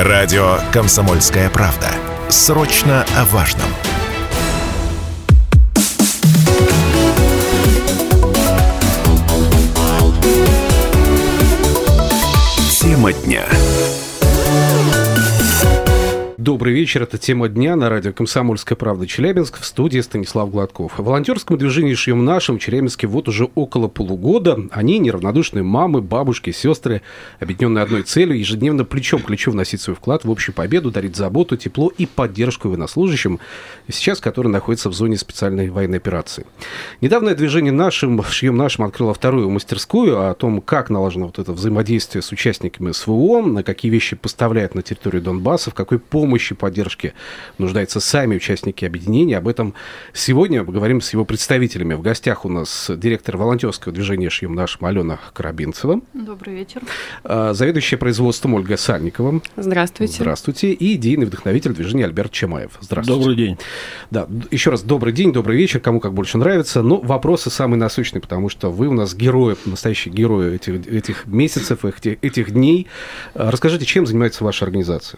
Радио «Комсомольская правда». Срочно о важном. Тема дня. Добрый вечер. Это «Тема дня» на радио «Комсомольская правда» Челябинск. В студии Станислав Гладков. В волонтерском движении «Шьем нашим» в Челябинске вот уже около полугода. Они, неравнодушные мамы, бабушки, сестры, объединенные одной целью, ежедневно плечом к плечу вносить свой вклад в общую победу, дарить заботу, тепло и поддержку военнослужащим, сейчас которые находятся в зоне специальной военной операции. Недавно движение «Шьем нашим» открыло вторую мастерскую о том, как налажено вот это взаимодействие с участниками СВО, на какие вещи поставляют на территорию Донбасса, в какой помощи и поддержки нуждаются сами участники объединения. Об этом сегодня поговорим с его представителями. В гостях у нас директор волонтерского движения «Шьем нашим» Алена Коробинцева. Добрый вечер. Заведующая производством Ольга Сальникова. Здравствуйте. Здравствуйте. И идейный вдохновитель движения Альберт Чамаев. Здравствуйте. Добрый день. Да, еще раз добрый день, добрый вечер, кому как больше нравится. Но вопросы самые насущные, потому что вы у нас герои, настоящие герои этих месяцев, этих дней. Расскажите, чем занимается ваша организация?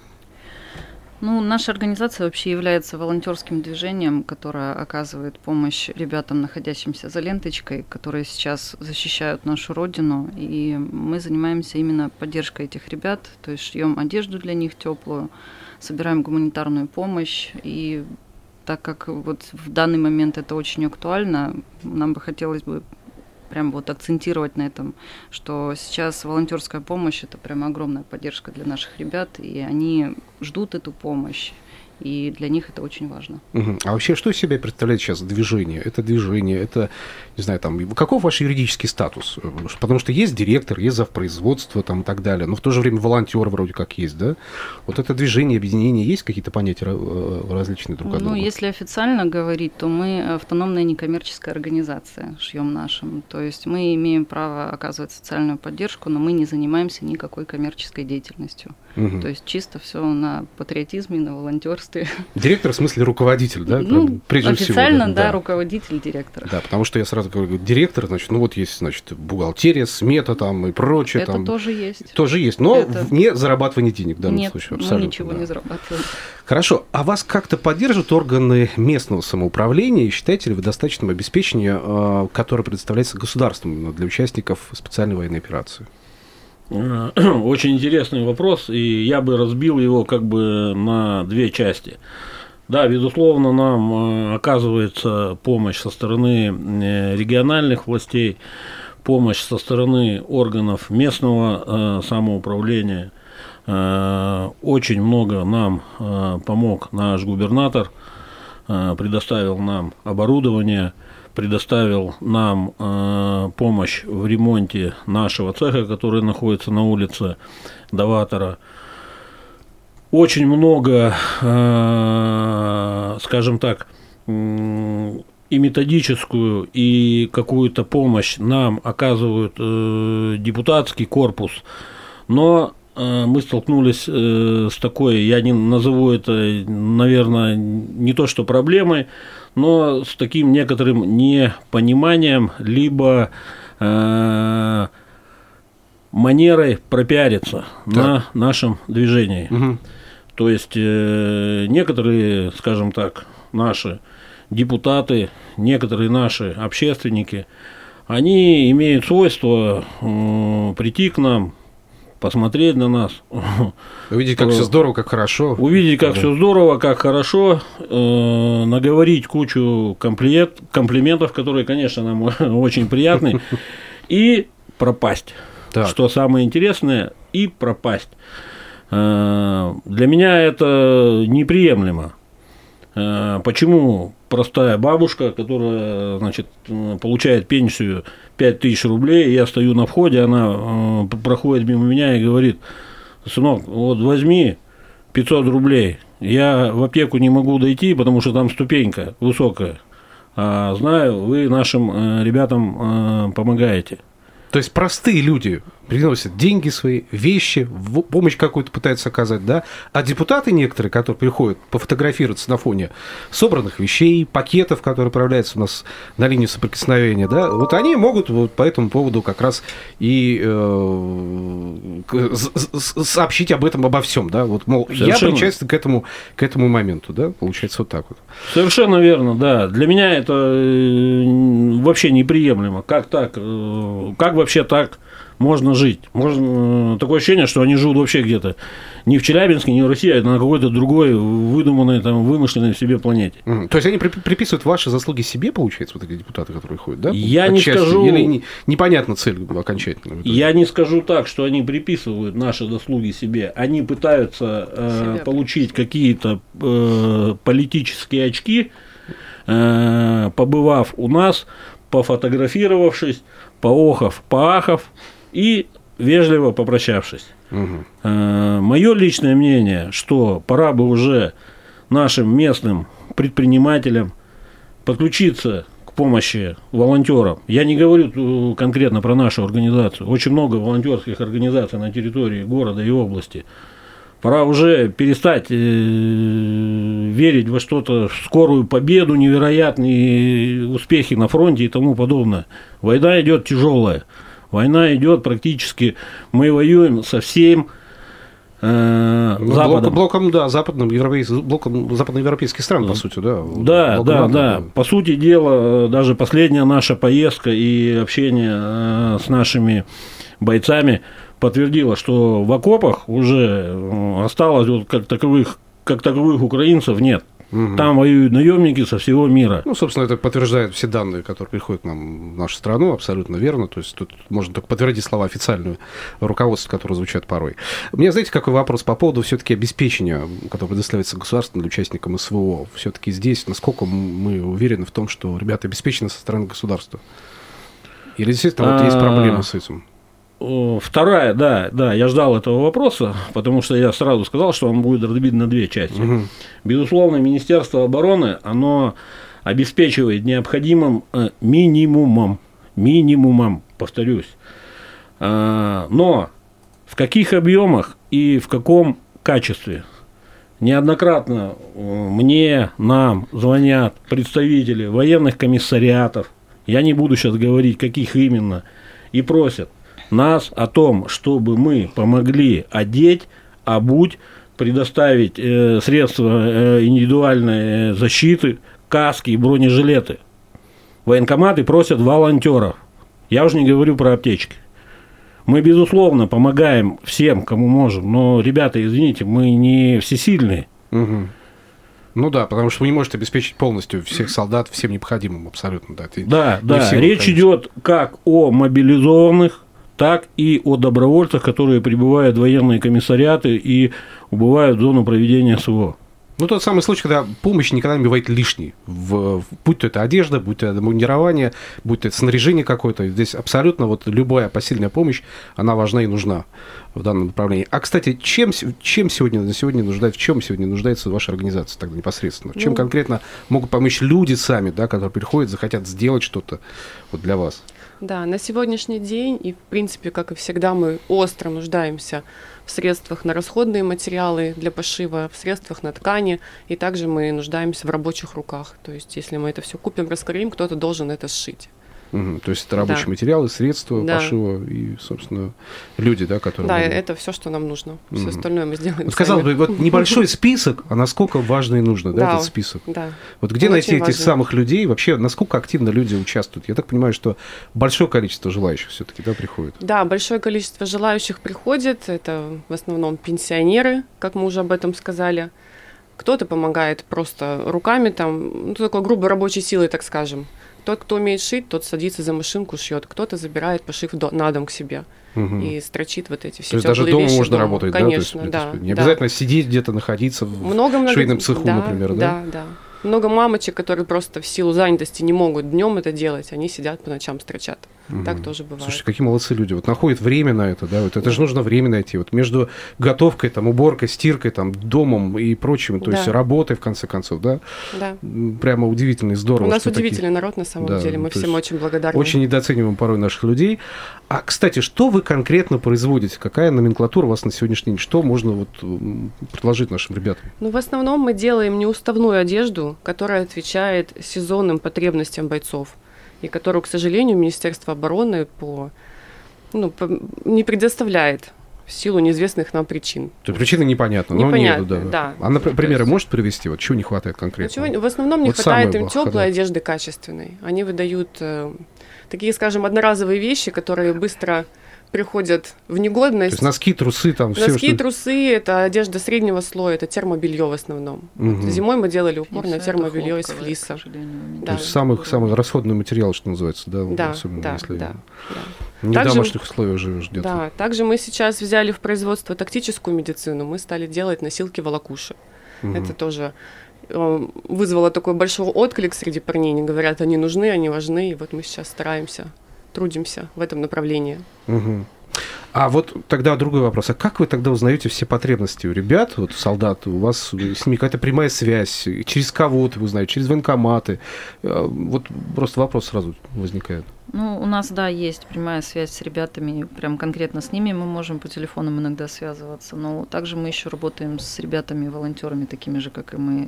Наша организация вообще является волонтерским движением, которое оказывает помощь ребятам, находящимся за ленточкой, которые сейчас защищают нашу родину. И мы занимаемся именно поддержкой этих ребят, то есть шьем одежду для них теплую, собираем гуманитарную помощь. И так как вот в данный момент это очень актуально, нам бы хотелось бы прям вот акцентировать на этом, что сейчас волонтерская помощь – это прям огромная поддержка для наших ребят, и они ждут эту помощь, и для них это очень важно. А вообще, что из себя представляет сейчас движение? Это, не знаю, там, каков ваш юридический статус? Потому что есть директор, есть завпроизводство там, и так далее, но в то же время волонтер вроде как есть, да? Вот это движение, объединение, есть какие-то понятия различные друг от друга? Если официально говорить, то мы автономная некоммерческая организация «Шьем нашим». То есть мы имеем право оказывать социальную поддержку, но мы не занимаемся никакой коммерческой деятельностью. То есть чисто все на патриотизме, на волонтерстве. Директор в смысле руководитель, да? Прежде официально, всего, да, руководитель, директор. Да, потому что я сразу говорю, директор, значит, есть, значит, бухгалтерия, смета там и прочее. Это там, тоже есть. Тоже есть, но вне зарабатывания денег в данном случае. Нет, мы ничего не зарабатываем. Хорошо, а вас как-то поддерживают органы местного самоуправления? И считаете ли вы достаточным обеспечением, которое предоставляется государством для участников специальной военной операции? Очень интересный вопрос, и я бы разбил его как бы на две части. Да, безусловно, нам оказывается помощь со стороны региональных властей, помощь со стороны органов местного самоуправления. Очень много нам помог наш губернатор, предоставил нам оборудование, предоставил нам помощь в ремонте нашего цеха, который находится на улице Даватора. Очень много, скажем так, и методическую, и какую-то помощь нам оказывают депутатский корпус, но мы столкнулись с такой, я не назову это, наверное, не то что проблемой, но с таким некоторым непониманием, либо манерой пропиариться на нашем движении. То есть некоторые, скажем так, наши депутаты, некоторые наши общественники, они имеют свойство прийти к нам, посмотреть на нас. Увидеть, как все здорово, как хорошо. Увидеть, как все здорово, как хорошо, наговорить кучу комплиментов, которые, конечно, нам очень приятны, и пропасть. Так. Что самое интересное, и пропасть. Для меня это неприемлемо. Почему простая бабушка, которая, значит, получает пенсию 5000 рублей, я стою на входе, она проходит мимо меня и говорит: сынок, вот возьми 500 рублей, я в аптеку не могу дойти, потому что там ступенька высокая, а знаю, вы нашим ребятам помогаете. То есть простые люди приносят деньги свои, вещи, помощь какую-то пытаются оказать, да, а депутаты некоторые, которые приходят пофотографироваться на фоне собранных вещей, пакетов, которые отправляются у нас на линию соприкосновения, да, вот они могут вот по этому поводу как раз и сообщить об этом, обо всем, да, вот, мол, совершенно. Я причастен к этому моменту, да, получается вот так вот. Совершенно верно, да. Для меня это вообще неприемлемо. Как так? Как вообще так можно жить? Такое ощущение, что они живут вообще где-то не в Челябинске, не в России, а на какой-то другой выдуманной, там, вымышленной в себе планете. То есть они приписывают ваши заслуги себе, получается, вот эти депутаты, которые ходят, да? Я не скажу... Или непонятна цель окончательно? Я не скажу так, что они приписывают наши заслуги себе. Они пытаются получить какие-то политические очки, побывав у нас, пофотографировавшись, поахав и вежливо попрощавшись. Угу. Мое личное мнение, что пора бы уже нашим местным предпринимателям подключиться к помощи волонтерам. Я не говорю конкретно про нашу организацию. Очень много волонтерских организаций на территории города и области. Пора уже перестать верить во что-то, в скорую победу, невероятные успехи на фронте и тому подобное. Война идет тяжелая. Война идет практически, мы воюем со всем Западом. Блоком, да, блоком западноевропейских стран, по сути, да. Да. По сути дела, даже последняя наша поездка и общение с нашими бойцами подтвердило, что в окопах уже осталось вот как таковых украинцев нет. Угу. Там воюют наемники со всего мира. Ну, собственно, это подтверждают все данные, которые приходят к нам в нашу страну, абсолютно верно. То есть тут можно только подтвердить слова официального руководства, которые звучат порой. У меня, знаете, какой вопрос по поводу все-таки обеспечения, которое предоставляется государством для участникам СВО. Все-таки здесь, насколько мы уверены в том, что ребята обеспечены со стороны государства? Или действительно вот есть проблемы с этим? Вторая, да, я ждал этого вопроса, потому что я сразу сказал, что он будет разбит на две части. Угу. Безусловно, Министерство обороны, оно обеспечивает необходимым минимумом, повторюсь. Но в каких объемах и в каком качестве? Неоднократно нам звонят представители военных комиссариатов, я не буду сейчас говорить, каких именно, и просят нас о том, чтобы мы помогли одеть, обуть, предоставить средства индивидуальной защиты, каски и бронежилеты. Военкоматы просят волонтеров. Я уже не говорю про аптечки. Мы, безусловно, помогаем всем, кому можем, но, ребята, извините, мы не всесильные. Угу. Ну да, потому что вы не можете обеспечить полностью всех солдат всем необходимым абсолютно. Да, речь идет как о мобилизованных, так и о добровольцах, которые прибывают в военные комиссариаты и убывают в зону проведения СВО. Ну, тот самый случай, когда помощь никогда не бывает лишней. Будь то это одежда, будь то это обмундирование, будь то это снаряжение какое-то. Здесь абсолютно вот любая посильная помощь, она важна и нужна в данном направлении. А, кстати, в чем сегодня нуждается ваша организация тогда непосредственно? Чем конкретно могут помочь люди сами, да, которые приходят, захотят сделать что-то вот для вас? Да, на сегодняшний день, и в принципе, как и всегда, мы остро нуждаемся в средствах на расходные материалы для пошива, в средствах на ткани, и также мы нуждаемся в рабочих руках. То есть, если мы это все купим, раскроим, кто-то должен это сшить. Угу, то есть это рабочие материалы, средства пошива и, собственно, люди, да, которые... Да, это все, что нам нужно. Все остальное мы сделаем. Сказал бы, вот небольшой список, а насколько важно и нужно, да, этот список? Да. Вот где найти этих самых людей, вообще, насколько активно люди участвуют? Я так понимаю, что большое количество желающих все-таки, да, приходит? Да, большое количество желающих приходит. Это в основном пенсионеры, как мы уже об этом сказали. Кто-то помогает просто руками, там, такой грубой рабочей силой, так скажем. Тот, кто умеет шить, тот садится за машинку, шьет. Кто-то забирает пошив на дом к себе и строчит вот эти все теплые вещи. То есть даже дома можно работать, конечно, да? То есть, не обязательно сидеть где-то, находиться в швейном цеху, например, да? Да. Много мамочек, которые просто в силу занятости не могут днем это делать, они сидят по ночам, строчат. Так тоже бывает. Слушайте, какие молодцы люди. Вот находят время на это, да, вот это же нужно время найти. Вот между готовкой, там, уборкой, стиркой, там, домом и прочим, то есть работой, в конце концов, да? Да. Прямо удивительно и здорово. У нас удивительный народ, на самом деле, мы всем очень благодарны. Очень недооцениваем порой наших людей. А, кстати, что вы конкретно производите? Какая номенклатура у вас на сегодняшний день? Что можно вот предложить нашим ребятам? Ну, в основном мы делаем неуставную одежду, которая отвечает сезонным потребностям бойцов, и которую, к сожалению, Министерство обороны не предоставляет в силу неизвестных нам причин. То есть причины непонятны. Непонятно, да. А, например, может привести? Вот чего не хватает конкретно? В основном не хватает им теплой одежды качественной. Они выдают такие, скажем, одноразовые вещи, которые быстро приходят в негодность. То есть носки, трусы, там все. Носки, трусы, это одежда среднего слоя, это термобелье в основном. Угу. Зимой мы делали упор на термобелье из флиса. То есть самый расходный материал, что называется, да? Да, особенно если да. Не в домашних условиях живешь где-то. Да, также мы сейчас взяли в производство тактическую медицину, мы стали делать носилки-волокуши. Угу. Это тоже вызвало такой большой отклик среди парней. Они говорят, они нужны, они важны, и вот мы сейчас стараемся, трудимся в этом направлении. Угу. А вот тогда другой вопрос. А как вы тогда узнаете все потребности у ребят, вот солдат, у вас с ними какая-то прямая связь, через кого-то вы знаете, через военкоматы? Вот просто вопрос сразу возникает. Ну, у нас, да, есть прямая связь с ребятами, прям конкретно с ними мы можем по телефонам иногда связываться, но также мы еще работаем с ребятами, волонтерами, такими же, как и мы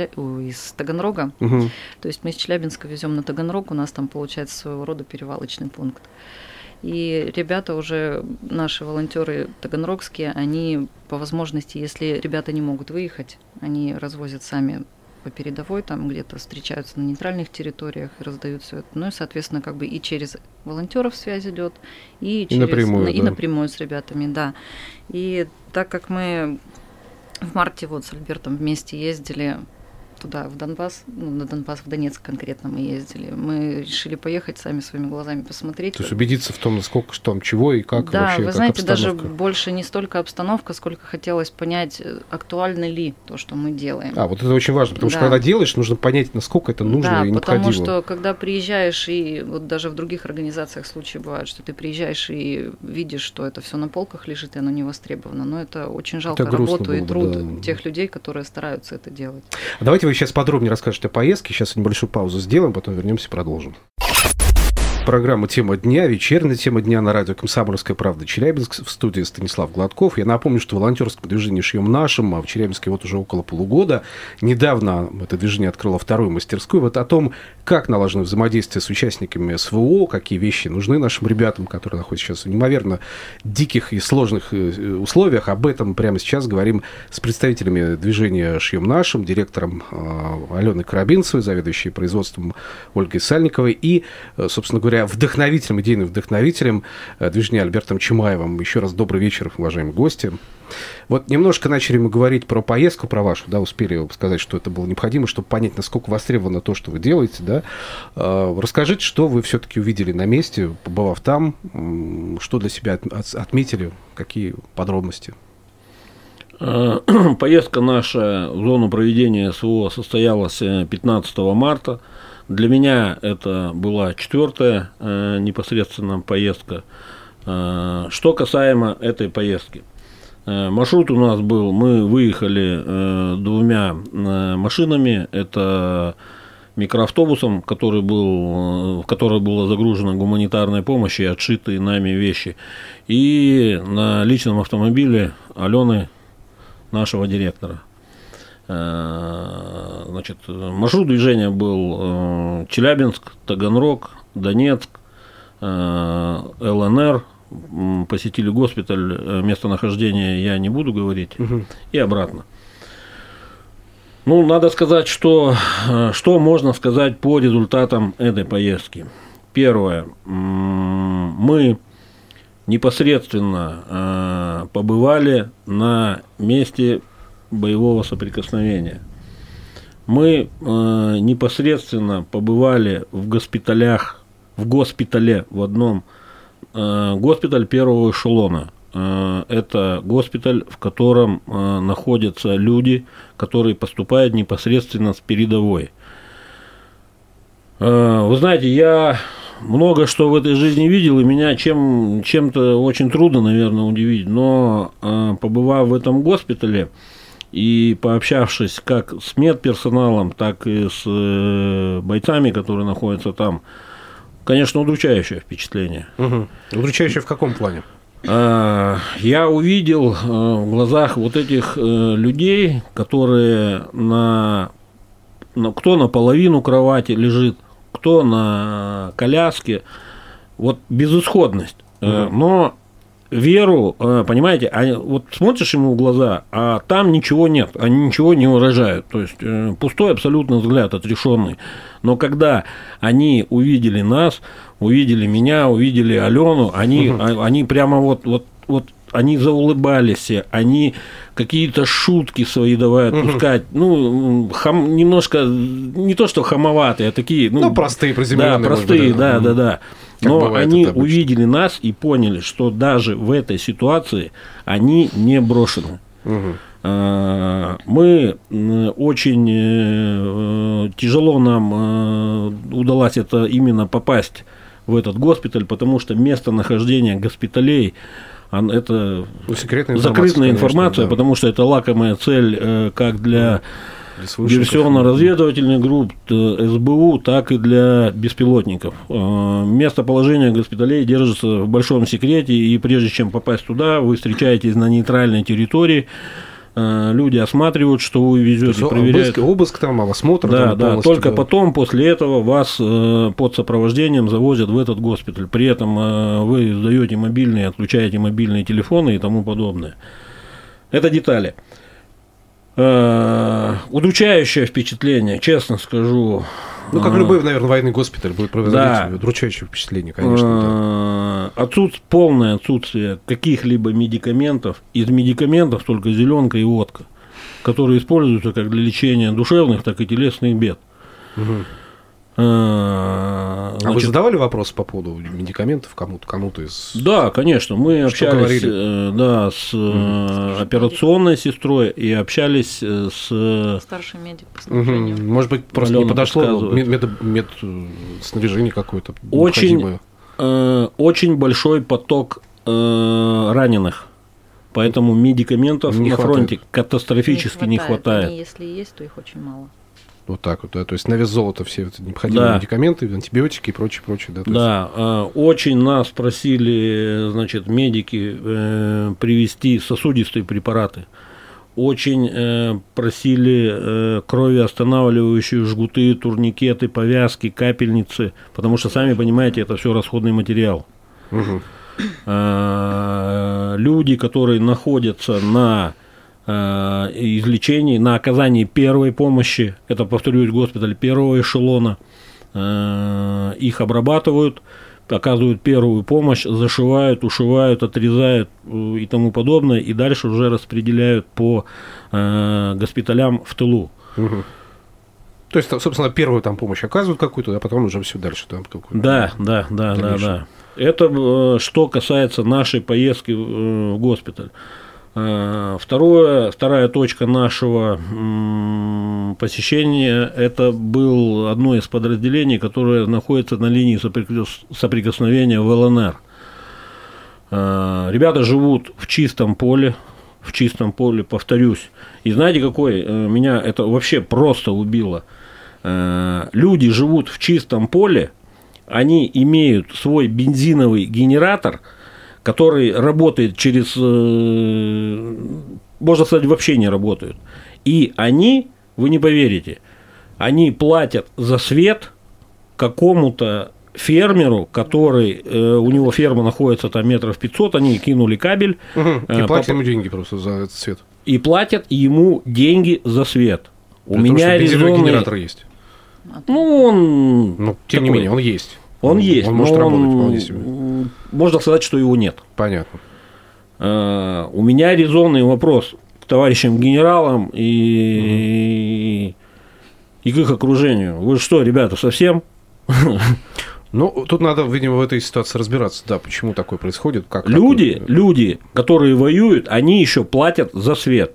из Таганрога. Угу. То есть мы из Челябинска везем на Таганрог, у нас там получается своего рода перевалочный пункт. И ребята уже, наши волонтеры таганрогские, они по возможности, если ребята не могут выехать, они развозят сами по передовой, там где-то встречаются на нейтральных территориях и раздают все это. Ну и, соответственно, как бы и через волонтеров связь идет, и напрямую с ребятами, да. И так как мы в марте вот с Альбертом вместе ездили туда, в Донбасс, на Донбасс, в Донецк конкретно мы ездили. Мы решили поехать сами своими глазами посмотреть. То есть убедиться в том, насколько что там, чего и как да, вообще, вы знаете, даже больше не столько обстановка, сколько хотелось понять, актуально ли то, что мы делаем. Вот это очень важно, потому что когда делаешь, нужно понять, насколько это нужно и необходимо. Потому что когда приезжаешь, и вот даже в других организациях случаи бывают, что ты приезжаешь и видишь, что это все на полках лежит, и оно не востребовано. Но это очень жалко работу и труд тех людей, которые стараются это делать. Давайте вы сейчас подробнее расскажете о поездке. Сейчас небольшую паузу сделаем, потом вернемся и продолжим. Программа «Тема дня», вечерняя тема дня на радио «Комсомольская правда» Челябинск, в студии Станислав Гладков. Я напомню, что волонтерское движение «Шьем нашим» в Челябинске вот уже около полугода. Недавно это движение открыло вторую мастерскую. Вот о том, как налажено взаимодействие с участниками СВО, какие вещи нужны нашим ребятам, которые находятся сейчас в неимоверно диких и сложных условиях. Об этом прямо сейчас говорим с представителями движения «Шьем нашим», директором Аленой Коробинцевой, заведующей производством Ольгой Сальниковой и, собственно говоря, вдохновителем, идейным вдохновителем движения Альбертом Чимаевым. Еще раз добрый вечер, уважаемые гости. Вот немножко начали мы говорить про поездку, про вашу, да, успели сказать, что это было необходимо, чтобы понять, насколько востребовано то, что вы делаете, да. Расскажите, что вы все-таки увидели на месте, побывав там, что для себя отметили, какие подробности? Поездка наша в зону проведения СВО состоялась 15 марта. Для меня это была 4-я непосредственно поездка. Что касаемо этой поездки. Маршрут у нас был, мы выехали 2 машинами. Это микроавтобусом, в который было загружено гуманитарной помощью и отшитые нами вещи. И на личном автомобиле Алены, нашего директора. Значит, маршрут движения был Челябинск, Таганрог, Донецк, ЛНР, посетили госпиталь, местонахождение я не буду говорить, и обратно. Ну, надо сказать, что можно сказать по результатам этой поездки. Первое, мы непосредственно побывали на месте боевого соприкосновения. Мы непосредственно побывали в госпитале в одном, госпиталь первого эшелона. Это госпиталь, в котором находятся люди, которые поступают непосредственно с передовой. Вы знаете, я много что в этой жизни видел, и меня чем-то очень трудно, наверное, удивить. Но побывав в этом госпитале и пообщавшись как с медперсоналом, так и с бойцами, которые находятся там, конечно, удручающее впечатление. Угу. Удручающее в каком плане? Я увидел в глазах вот этих людей, которые кто наполовину кровати лежит, кто на коляске, вот безысходность. Но веру, понимаете, вот смотришь ему в глаза, а там ничего нет, они ничего не выражают. То есть пустой абсолютно взгляд, отрешенный. Но когда они увидели нас, увидели меня, увидели Алену, они прямо вот они заулыбались, они какие-то шутки свои давай отпускать, немножко, не то что хамоватые, а такие... простые, приземленные. Да, простые, да. Но они увидели нас и поняли, что даже в этой ситуации они не брошены. Мы очень тяжело нам удалось это именно попасть в этот госпиталь, потому что местонахождение госпиталей это закрытая информация, да. Потому что это лакомая цель как для диверсионно-разведывательных групп СБУ, так и для беспилотников. Местоположение госпиталей держится в большом секрете, и прежде чем попасть туда, вы встречаетесь на нейтральной территории. Люди осматривают, что вы везете, проверяют. Обыск там, осмотр. Да, только потом, после этого, вас под сопровождением завозят в этот госпиталь. При этом вы сдаете мобильные, отключаете мобильные телефоны и тому подобное. Это детали. Удручающее впечатление, честно скажу. Как любой, наверное, военный госпиталь будет производить удручающее впечатление, конечно. Да. Полное отсутствие каких-либо медикаментов. Из медикаментов только зеленка и водка, которые используются как для лечения душевных, так и телесных бед. Вы задавали вопросы по поводу медикаментов кому-то из... Да, конечно. Мы общались с операционной сестрой и общались с... Старший медик по снабжению. Может быть, просто не подошло медснаряжение какое-то. Очень большой поток раненых. Поэтому медикаментов на фронте катастрофически не хватает. Они, если есть, то их очень мало. Вот так вот, да, то есть на вес золота все необходимые медикаменты, антибиотики и прочее. Да, очень нас просили, медики привезти сосудистые препараты. Очень просили кровоостанавливающие жгуты, турникеты, повязки, капельницы, потому что, сами понимаете, это все расходный материал. Люди, которые находятся на излечении, на оказании первой помощи, это, повторюсь, госпиталь первого эшелона, их обрабатывают, оказывают первую помощь, зашивают, ушивают, отрезают и тому подобное, и дальше уже распределяют по госпиталям в тылу. То есть, собственно, первую там помощь оказывают какую-то, а потом уже все дальше. Да. Это что касается нашей поездки в госпиталь. Вторая точка нашего посещения – это было одно из подразделений, которое находится на линии соприкосновения в ЛНР. Ребята живут в чистом поле, повторюсь. И знаете, какой меня это вообще просто убило? Люди живут в чистом поле, они имеют свой бензиновый генератор, который работает через, можно сказать, вообще не работают. И они, вы не поверите, они платят за свет какому-то фермеру, который, у него ферма находится там метров 500, они кинули кабель. И платят ему деньги просто за этот свет. И платят ему деньги за свет. У меня резонный генератор есть. Он... тем не менее, он есть. Он есть, он может работать вполне себе. Можно сказать, что его нет. Понятно. У меня резонный вопрос к товарищам генералам и к их окружению. Вы что, ребята, совсем? Тут надо, видимо, в этой ситуации разбираться, да, почему такое происходит. Люди, которые воюют, они еще платят за свет.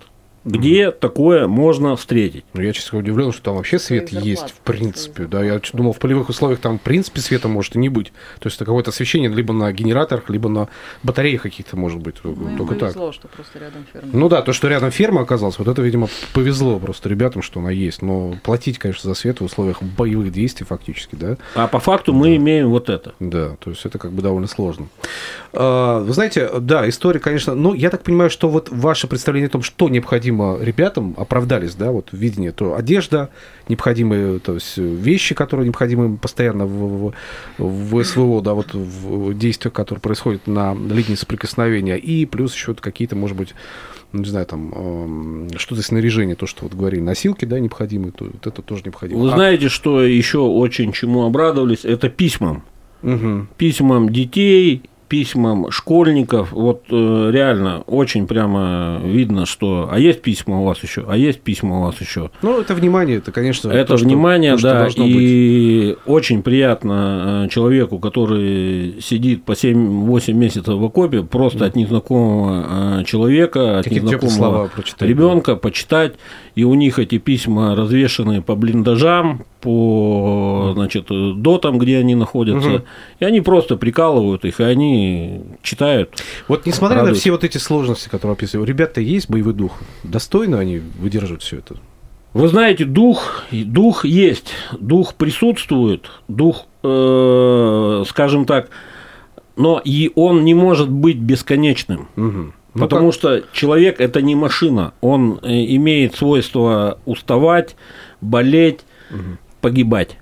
где такое можно встретить. Я, честно, удивлен, что там вообще свет есть, в принципе. Да, я думал, в полевых условиях там, в принципе, света может и не быть. То есть это какое-то освещение либо на генераторах, либо на батареях каких-то, может быть. Только так. Повезло, что просто рядом ферма. Ну да, то, что рядом ферма оказалась, вот это, видимо, повезло просто ребятам, что она есть. Но платить, конечно, за свет в условиях боевых действий фактически, да. А по факту мы имеем вот это. Да, то есть это как бы довольно сложно. Вы знаете, да, история, конечно, но я так понимаю, что вот ваше представление о том, что необходимо ребятам, оправдались, да, вот видение, то одежда, необходимые, то есть вещи, которые необходимы постоянно в СВО, да, вот в действиях, которые происходят на линии соприкосновения, и плюс еще какие-то, может быть, не знаю, там, что-то снаряжение, то, что вот говорили, носилки, да, необходимые, то вот это тоже необходимо. Вы знаете, что еще очень чему обрадовались, это письмам. Угу. Письмам детей, письмам школьников, вот реально очень прямо видно, что а есть письма у вас еще, а есть письма у вас еще. Ну, это внимание, это, конечно, это то, внимание, что, да, что и быть. Очень приятно человеку, который сидит по 7-8 месяцев в окопе, просто от незнакомого человека, от незнакомого ребенка почитать, и у них эти письма развешаны по блиндажам, по, значит, дотам, где они находятся, и они просто прикалывают их, и они читают. Вот несмотря на все вот эти сложности, которые описываю, у ребят-то есть боевой дух? Достойно они выдерживают все это? Вы знаете, дух есть, дух присутствует, дух, скажем так, но и он не может быть бесконечным. Угу. Потому что человек – это не машина, он имеет свойство уставать, болеть, погибать.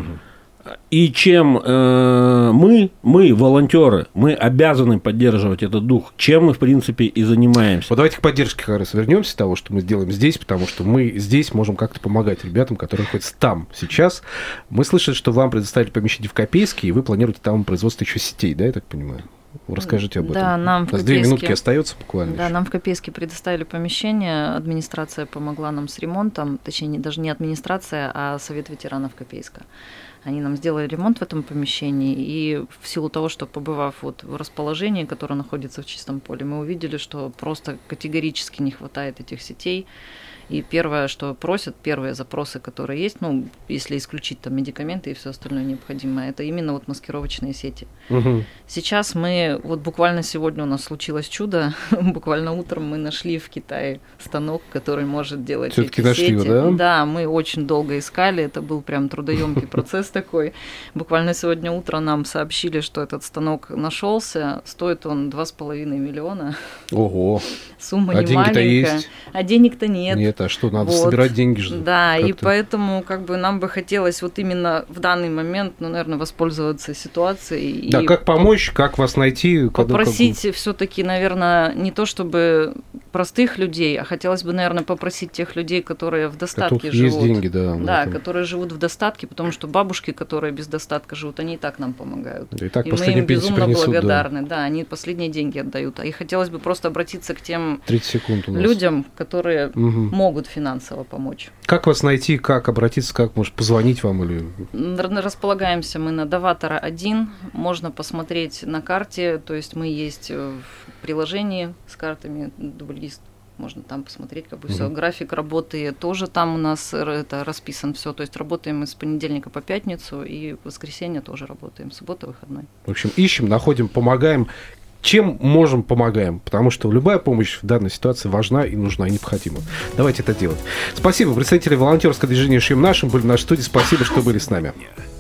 И чем мы, волонтеры, мы обязаны поддерживать этот дух, чем мы, в принципе, и занимаемся. Вот давайте к поддержке как раз вернемся с того, что мы сделаем здесь, потому что мы здесь можем как-то помогать ребятам, которые находятся там сейчас. Мы слышали, что вам предоставили помещение в Копейске, и вы планируете там производство еще сетей, да, я так понимаю? Расскажите об этом. Да, нам в Копейске, 2 минутки остается буквально. Да, нам в Копейске предоставили помещение, администрация помогла нам с ремонтом, точнее, даже не администрация, а Совет ветеранов Копейска. Они нам сделали ремонт в этом помещении, и в силу того, что побывав вот в расположении, которое находится в чистом поле, мы увидели, что просто категорически не хватает этих сетей. И первое, что просят, первые запросы, которые есть, ну, если исключить там медикаменты и все остальное необходимое, это именно вот маскировочные сети. Угу. Сейчас мы, вот буквально сегодня у нас случилось чудо, буквально утром мы нашли в Китае станок, который может делать всё-таки эти нашли сети. его, да? Да, мы очень долго искали, это был прям трудоемкий процесс такой. Буквально сегодня утром нам сообщили, что этот станок нашелся, стоит он 2,5 миллиона. Ого! Сумма а не маленькая. Есть? А денег-то нет. Нет, а что, надо вот. собирать деньги же. Да, как-то. И поэтому как бы нам бы хотелось вот именно в данный момент, ну, наверное, воспользоваться ситуацией. Да, и как помочь, как вас найти? Попросить все-таки, наверное, не то чтобы простых людей, а хотелось бы, наверное, попросить тех людей, которые в достатке живут. Есть деньги, да. Да, которые живут в достатке, потому что бабушки, которые без достатка живут, они и так нам помогают. Да, и так и мы последние им безумно принесут, благодарны. Да, они последние деньги отдают. И хотелось бы просто обратиться к тем 30 секунд у нас. людям, которые могут финансово помочь. Как вас найти, как обратиться, как, может, позвонить вам? Или... Располагаемся мы на Даватора 1, можно посмотреть на карте, то есть мы есть в приложении с картами, дублист, можно там посмотреть, как бы все. График работы тоже там у нас это расписан все, то есть работаем мы с понедельника по пятницу, и в воскресенье тоже работаем, суббота, выходной. В общем, ищем, находим, помогаем. Чем можем, помогаем, потому что любая помощь в данной ситуации важна и нужна, и необходима. Давайте это делать. Спасибо. Представители волонтерского движения «Шьем нашим» были в нашей студии. Спасибо, что были с нами.